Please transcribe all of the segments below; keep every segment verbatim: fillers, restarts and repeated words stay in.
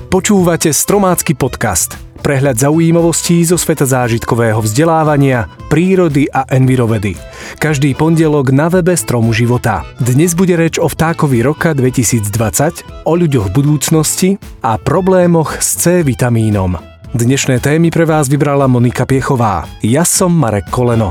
Počúvate Stromácky podcast. Prehľad zaujímavostí zo sveta zážitkového vzdelávania, prírody a envirovedy. Každý pondelok na webe Stromu života. Dnes bude reč o vtákovi roka dvetisícdvadsať, o ľuďoch budúcnosti a problémoch s C vitamínom. Dnešné témy pre vás vybrala Monika Piechová. Ja som Marek Koleno.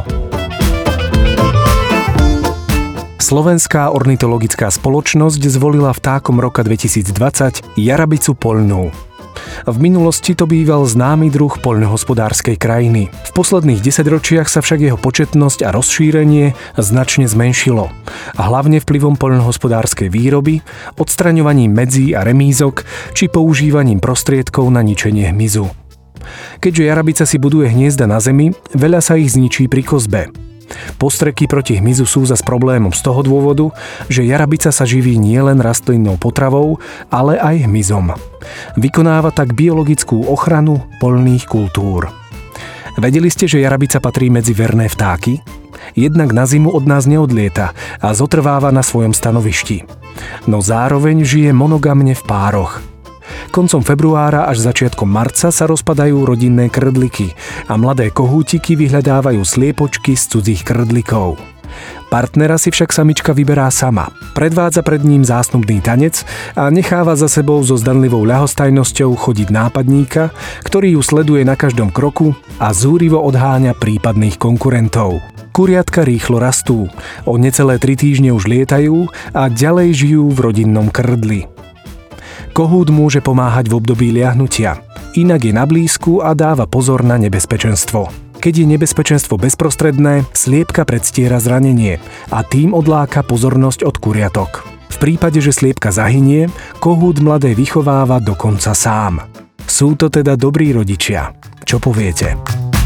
Slovenská ornitologická spoločnosť zvolila vtákom roka dvetisícdvadsať jarabicu poľnú. V minulosti to býval známy druh poľnohospodárskej krajiny. V posledných desaťročiach sa však jeho početnosť a rozšírenie značne zmenšilo. A hlavne vplyvom poľnohospodárskej výroby, odstraňovaním medzí a remízok či používaním prostriedkov na ničenie hmyzu. Keďže jarabica si buduje hniezda na zemi, veľa sa ich zničí pri kozbe. Postreky proti hmyzu sú zas problémom z toho dôvodu, že jarabica sa živí nielen rastlinnou potravou, ale aj hmyzom. Vykonáva tak biologickú ochranu poľných kultúr. Vedeli ste, že jarabica patrí medzi verné vtáky? Jednak na zimu od nás neodlieta a zotrváva na svojom stanovišti. No zároveň žije monogamne v pároch. Koncom februára až začiatkom marca sa rozpadajú rodinné krdliky a mladé kohútiky vyhľadávajú sliepočky z cudzích krdlikov. Partnera si však samička vyberá sama. Predvádza pred ním zásnubný tanec a necháva za sebou so zdanlivou ľahostajnosťou chodiť nápadníka, ktorý ju sleduje na každom kroku a zúrivo odháňa prípadných konkurentov. Kuriatka rýchlo rastú, o necelé tri týždne už lietajú a ďalej žijú v rodinnom krdli. Kohút môže pomáhať v období liahnutia, inak je na blízku a dáva pozor na nebezpečenstvo. Keď je nebezpečenstvo bezprostredné, sliepka predstiera zranenie a tým odláka pozornosť od kuriatok. V prípade, že sliepka zahynie, kohút mladé vychováva dokonca sám. Sú to teda dobrí rodičia. Čo poviete?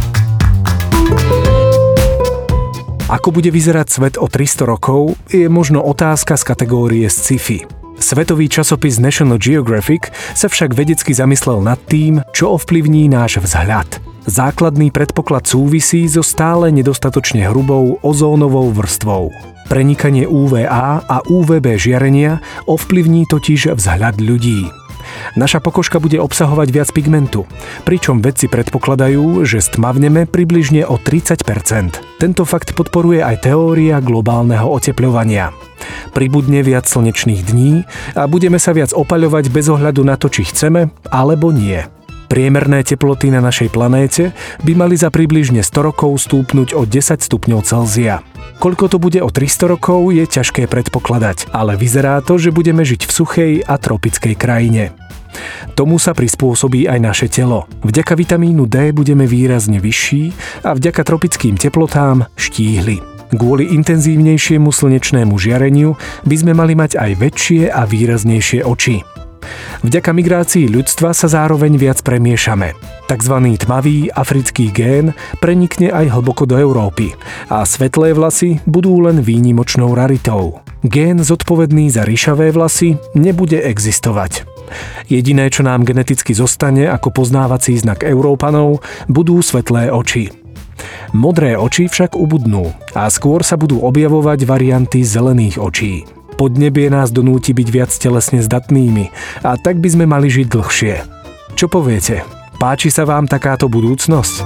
Ako bude vyzerať svet o tristo rokov, je možno otázka z kategórie sci-fi. Svetový časopis National Geographic sa však vedecky zamyslel nad tým, čo ovplyvní náš vzhľad. Základný predpoklad súvisí so stále nedostatočne hrubou ozónovou vrstvou. Prenikanie ú vé á a ú vé bé žiarenia ovplyvní totiž vzhľad ľudí. Naša pokožka bude obsahovať viac pigmentu, pričom vedci predpokladajú, že stmavneme približne o tridsať percent. Tento fakt podporuje aj teória globálneho otepľovania. Pribudne viac slnečných dní a budeme sa viac opaľovať bez ohľadu na to, či chceme alebo nie. Priemerné teploty na našej planéte by mali za približne sto rokov stúpnuť o desať stupňov Celzia. Koľko to bude o tristo rokov, je ťažké predpokladať, ale vyzerá to, že budeme žiť v suchej a tropickej krajine. Tomu sa prispôsobí aj naše telo. Vďaka vitamínu D budeme výrazne vyšší a vďaka tropickým teplotám štíhli. Kvôli intenzívnejšiemu slnečnému žiareniu by sme mali mať aj väčšie a výraznejšie oči. Vďaka migrácii ľudstva sa zároveň viac premiešame. Takzvaný tmavý africký gén prenikne aj hlboko do Európy a svetlé vlasy budú len výnimočnou raritou. Gén zodpovedný za ryšavé vlasy nebude existovať. Jediné, čo nám geneticky zostane ako poznávací znak Európanov, budú svetlé oči. Modré oči však ubudnú a skôr sa budú objavovať varianty zelených očí. Podnebie nás donúti byť viac telesne zdatnými a tak by sme mali žiť dlhšie. Čo poviete? Páči sa vám takáto budúcnosť?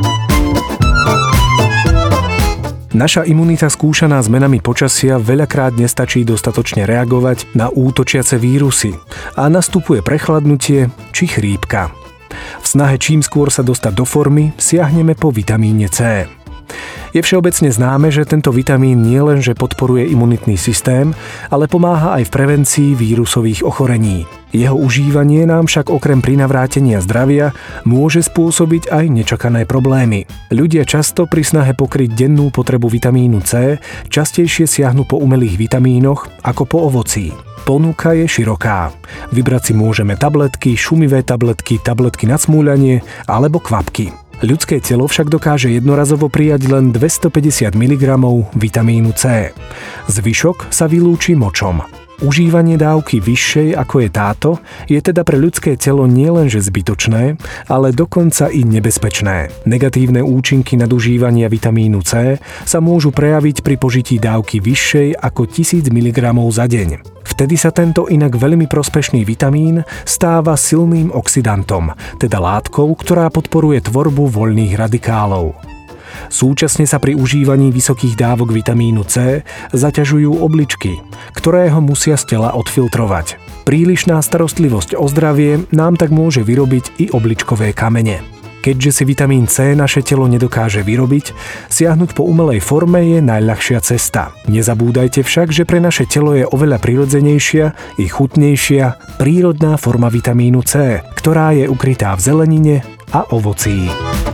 Naša imunita skúšaná zmenami počasia veľakrát nestačí dostatočne reagovať na útočiace vírusy a nastupuje prechladnutie či chrípka. V snahe čím skôr sa dostať do formy, siahneme po vitamíne C. Je všeobecne známe, že tento vitamín nielenže podporuje imunitný systém, ale pomáha aj v prevencii vírusových ochorení. Jeho užívanie nám však okrem prinavrátenia zdravia môže spôsobiť aj nečakané problémy. Ľudia často pri snahe pokryť dennú potrebu vitamínu C častejšie siahnu po umelých vitamínoch ako po ovocí. Ponuka je široká. Vybrať si môžeme tabletky, šumivé tabletky, tabletky na smúľanie alebo kvapky. Ľudské telo však dokáže jednorazovo prijať len dvestopäťdesiat miligramov vitamínu C. Zvyšok sa vylúči močom. Užívanie dávky vyššej ako je táto je teda pre ľudské telo nielenže zbytočné, ale dokonca i nebezpečné. Negatívne účinky nadužívania vitamínu C sa môžu prejaviť pri požití dávky vyššej ako tisíc miligramov za deň. V Vtedy sa tento inak veľmi prospešný vitamín stáva silným oxidantom, teda látkou, ktorá podporuje tvorbu voľných radikálov. Súčasne sa pri užívaní vysokých dávok vitamínu C zaťažujú obličky, ktoré ho musia z tela odfiltrovať. Prílišná starostlivosť o zdravie nám tak môže vyrobiť i obličkové kamene. Keďže si vitamín C naše telo nedokáže vyrobiť, siahnuť po umelej forme je najľahšia cesta. Nezabúdajte však, že pre naše telo je oveľa prirodzenejšia i chutnejšia prírodná forma vitamínu C, ktorá je ukrytá v zelenine a ovocí.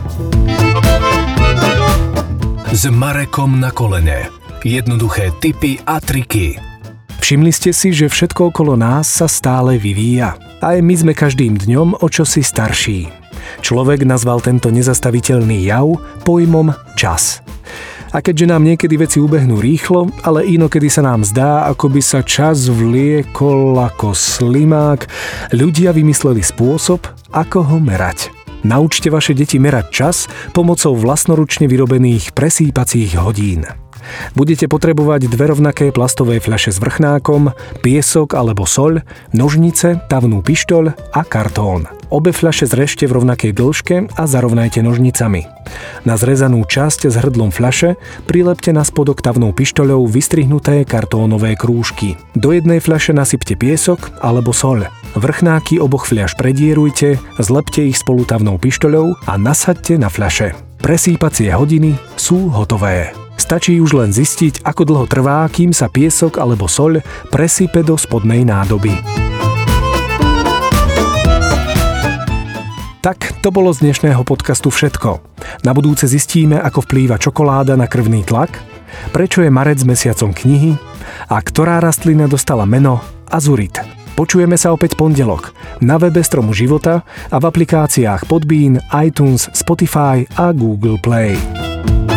S Marekom na kolene. Jednoduché tipy a triky. Všimli ste si, že všetko okolo nás sa stále vyvíja. Aj my sme každým dňom o čosi starší. Človek nazval tento nezastaviteľný jav pojmom čas. A keďže nám niekedy veci ubehnú rýchlo, ale inokedy sa nám zdá, ako by sa čas vliekol ako slimák, ľudia vymysleli spôsob, ako ho merať. Naučte vaše deti merať čas pomocou vlastnoručne vyrobených presýpacích hodín. Budete potrebovať dve rovnaké plastové fľaše s vrchnákom, piesok alebo soľ, nožnice, tavnú pištoľ a kartón. Obe fľaše zrežte v rovnakej dĺžke a zarovnajte nožnicami. Na zrezanú časť s hrdlom fľaše prilepte na spodok tavnou pištoľou vystrihnuté kartónové krúžky. Do jednej fľaše nasypte piesok alebo soľ. Vrchnáky oboch fľaš predierujte, zlepte ich spolu tavnou pištoľou a nasaďte na fľaše. Presýpacie hodiny sú hotové. Stačí už len zistiť, ako dlho trvá, kým sa piesok alebo soľ presype do spodnej nádoby. Tak, to bolo z dnešného podcastu všetko. Na budúce zistíme, ako vplýva čokoláda na krvný tlak, prečo je marec mesiacom knihy a ktorá rastlina dostala meno azurit. Počujeme sa opäť pondelok na webe Stromu života a v aplikáciách Podbean, iTunes, Spotify a Google Play.